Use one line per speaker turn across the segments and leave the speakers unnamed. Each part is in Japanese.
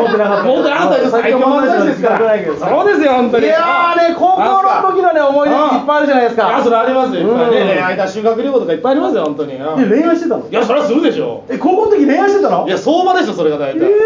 ってなかった。
もっとなかったです。最強漫才師ですから。そうですよ、本当に。
いやーね、高校の時のね、思い出っていっぱいあるじゃないですか。
あ、それありますよ、いっぱいね。恋愛だ、修学旅行とかいっぱいありますよ、本当に。
恋愛してたの？
いや、それはするでしょ。
高校の時恋愛してたの？
いや、相場でしょ、それが大体。
不潔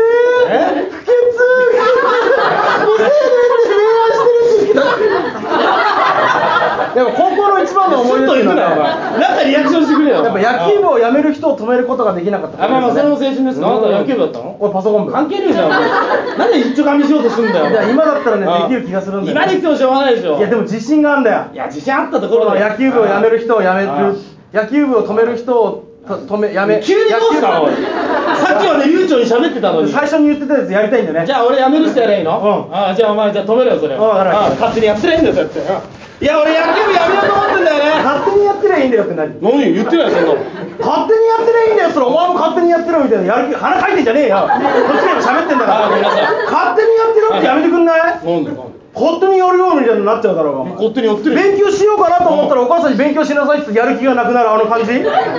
でも高校の一番の思い出っていうのは
なんかリアクションしてくれよ。
やっぱ野球部を辞める人を止めることができなかった。
あ、まあまあ、それも青春ですか。あなた野球部だったの？
俺パソコン部。
関係ねえじゃん。なんで一丁噛みしようとすんだよ。
いや、今だったらね、できる気がするんだよ。
今できてもしょうがないでしょ。
いや、でも自信があるんだよ。
いや、自信あったところで
野球部を辞める人を辞める、野球部を止める人をやめ、
急にどうしたの？さっきまで悠長に喋ってたのに。
最初に言ってたやつやりたいんだよね。
じゃあ俺やめるしてやればいいの？じゃあお前じゃあ止めろよそれ。勝手にやってないんだよ、だって。いや、俺野球部やめようと思ってんだよね。
勝手にやってりゃいいんだよって何？
何言ってないよ、そんなの。
勝手にやってりゃいいんだよ、それお前も勝手にやってろみたいな。やる気鼻かいてんじゃねえよ。こっちが今喋ってんだから。勝手にやってろってやめてくんない？なんで？勝手にやるようみたいになっちゃうだろうが。
勝手にやってる。
勉強しようかなと思ったらお母さんに勉強しなさいってやる気がなくなるあの感じ。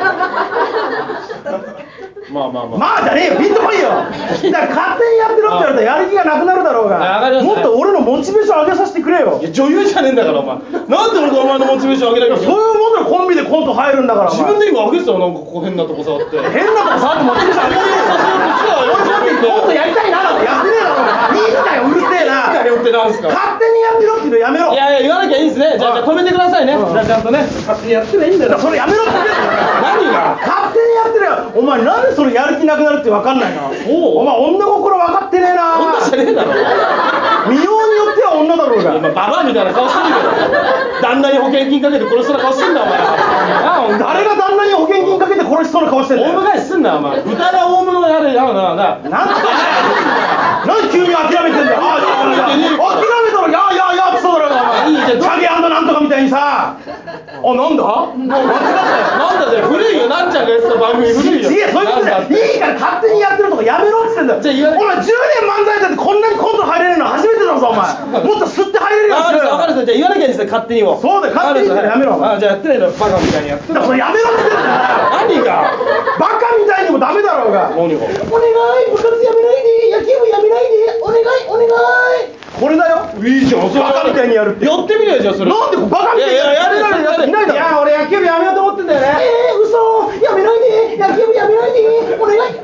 まあまあまあ。
まあじゃねえよ、ピンとこいよ。だから勝手にやってろって言われたらやる気がなくなるだろうが。もっと俺のモチベーション上げさせてくれよ。
いや、女優じゃねえんだからお前。なんで俺がお前のモチベーション上げなきゃいけない。
そういうもんでコンビでコント入るんだから。
自分で今上げてたよ、なんかここ変なとこ触って。
変なとこ触ってモチベーション上げねえよ。俺だってコントやりたいななんてやってねえだろうが。いいんだよ、うるせえな。
いいんだよってなんすか。
勝手にやってろっていうのやめろ。
いやいや、言わなきゃいいんですね。じゃあ止めてくださいね。じゃあちゃんとね、勝手にやってりゃいいんだよ。
それやめろって言ってんだよ。
何が？
勝手にやってるよ。お前なんでそれやる気なくなるって分かんないな。お前女心分かってねえな。
女じゃねえだろ。
見ようによっては女だろうが。
今ババアみたいな顔してるけど。旦那に保険金かけて殺しそうな顔してんだお前。
誰が旦那に保険金かけて殺しそうな顔してんだよ。
オウム返しすんなお前。豚がオウムのやれやな。なんで
急に諦めてんだよ。諦めたらやってそうだろお前。チャゲ&なんとかみたいにさ。なんだ？間違ったよ。
なんだよ、古いよ。なんちゃんがやってた番組古いよ。
いや、そういうことだよ。いいから勝手にやってるとかやめろっつってんだよ。お前10年漫才だってこんなにコント入れるの初めてだぞお前。もっと吸って入れるよ。
分かる。じゃあ言わなきゃいいんですよ、勝手にも。
そうだよ、勝手にやめろ。
じゃあやってないのバカみたいにやってる。
それやめろって言ってんだよ。
何が？
バカみたいにもダメだろうが。
何が？
お願い、部活やめないで、野球部やめないで、お願い。これだよ。
いいじゃん。
バカみたいにやるって。
やってみるよじゃあそれ。
なんでバカみたいにやるやついないだろ。いや、俺野球部やめようと思ってんだよね。嘘。やめないで、野球部やめないで、お願い。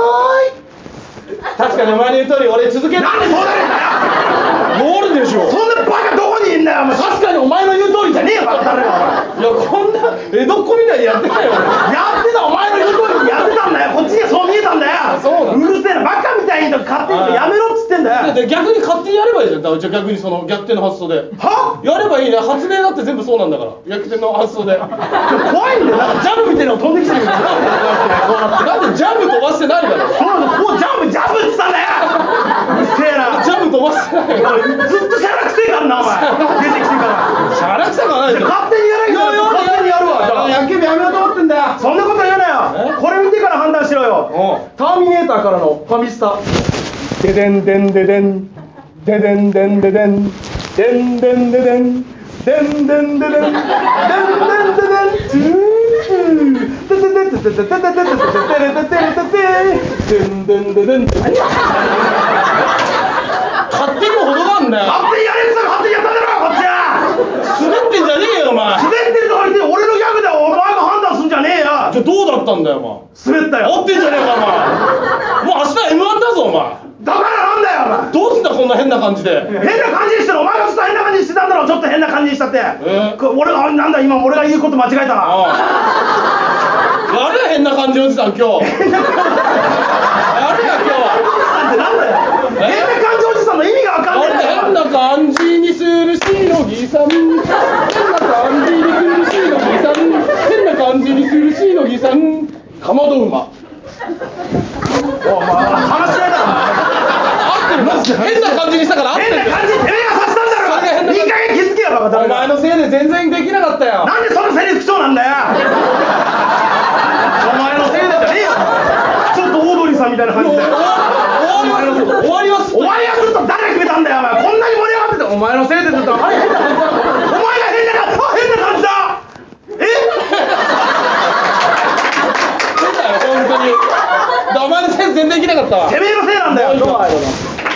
確かにお前の言う通り俺続ける。
なんでそうなるんだよ。
やるでしょ。
そんなバカどこにいんだよ。確かにお前の言う通りじゃねえよバカだよ。
いや、こんな江戸っ子みたいにやってたよ。
やってた、お前の言う通りにやってたんだよ。こっちにはそう見えたんだよ。うるせえな、バカみたいに勝手にやめろっつってんだよ。
逆に勝手にやればいいじゃん。じゃあ逆にその逆転の発想で。やればいいね。発明だって全部そうなんだから。逆転の発想で。
怖いんだよ。なんかジャブみたいなの飛んできたみたいな。
なんでジャブ飛ばしてないだろ。
そうなんだ。もうジャブって言ってたんだよ。うるせえな。
ジャブ飛ばしてない。
ずっとシャラくせえからなお前。出てきてから。
シャラくさがないでしょ。
勝手にやらないから勝手にやるわ。
野球部やめようと思ってんだよ。
そんなこと言うなよ。これ見てから判断しろよ。ターミネーターからのファミスタ。デデンデンデデンデデンデンデデンデンデンデデンデンデンデデンデンデンデデントゥーテテテテテテテテテテテテテテテテテテデンデンデデン。
勝手にも程があんだよ。
勝手にやれって勝手にやったんだろこっちは。
滑ってんじゃねえよお前。
滑ってるとか言って俺のギャグでお前が判断すんじゃねえよ。
じゃあどうだったんだよお前。
滑ったよ。
合ってんじゃねえかお前。もう明日 M1 だぞお前。
だからなんだよお前。
どうすんだこんな変な感じで。
変な感じにしてる。お前がずっと変な感じにしてたんだろ。ちょっと変な感じにしたって。俺がなんだ今俺が言うこと間違えたな。
やれ変な感じのおじさん今日。やれや今日は。
なんだよ。変な感じおじさんの意味が分かんないんだよ。
変な感じにするしのぎさん。変な感じにするしのぎさん。変な感じにするしのぎさん。かまど馬。
お前話しないだろ。
合ってる。変な感じにしたから合ってる。
変な感じてめえがさせたんだろ。いい加減気づけよバカ。
お前のせいで全然できなかったよ。
なんでそのセリフそうなんだよ。お前のせいでじゃねえよ。ちょっとオードリーさんみたいな感じで。
終わりはす
ると誰が決めたんだよお前。こんなに盛り上がっててお前のせいでずっとあれ変な感じだ。お前が変な感じだ。
変だよ本当に。お前のせいで全然できなかったわ。
てめえのせいなんだよ。どうもありがとうございます。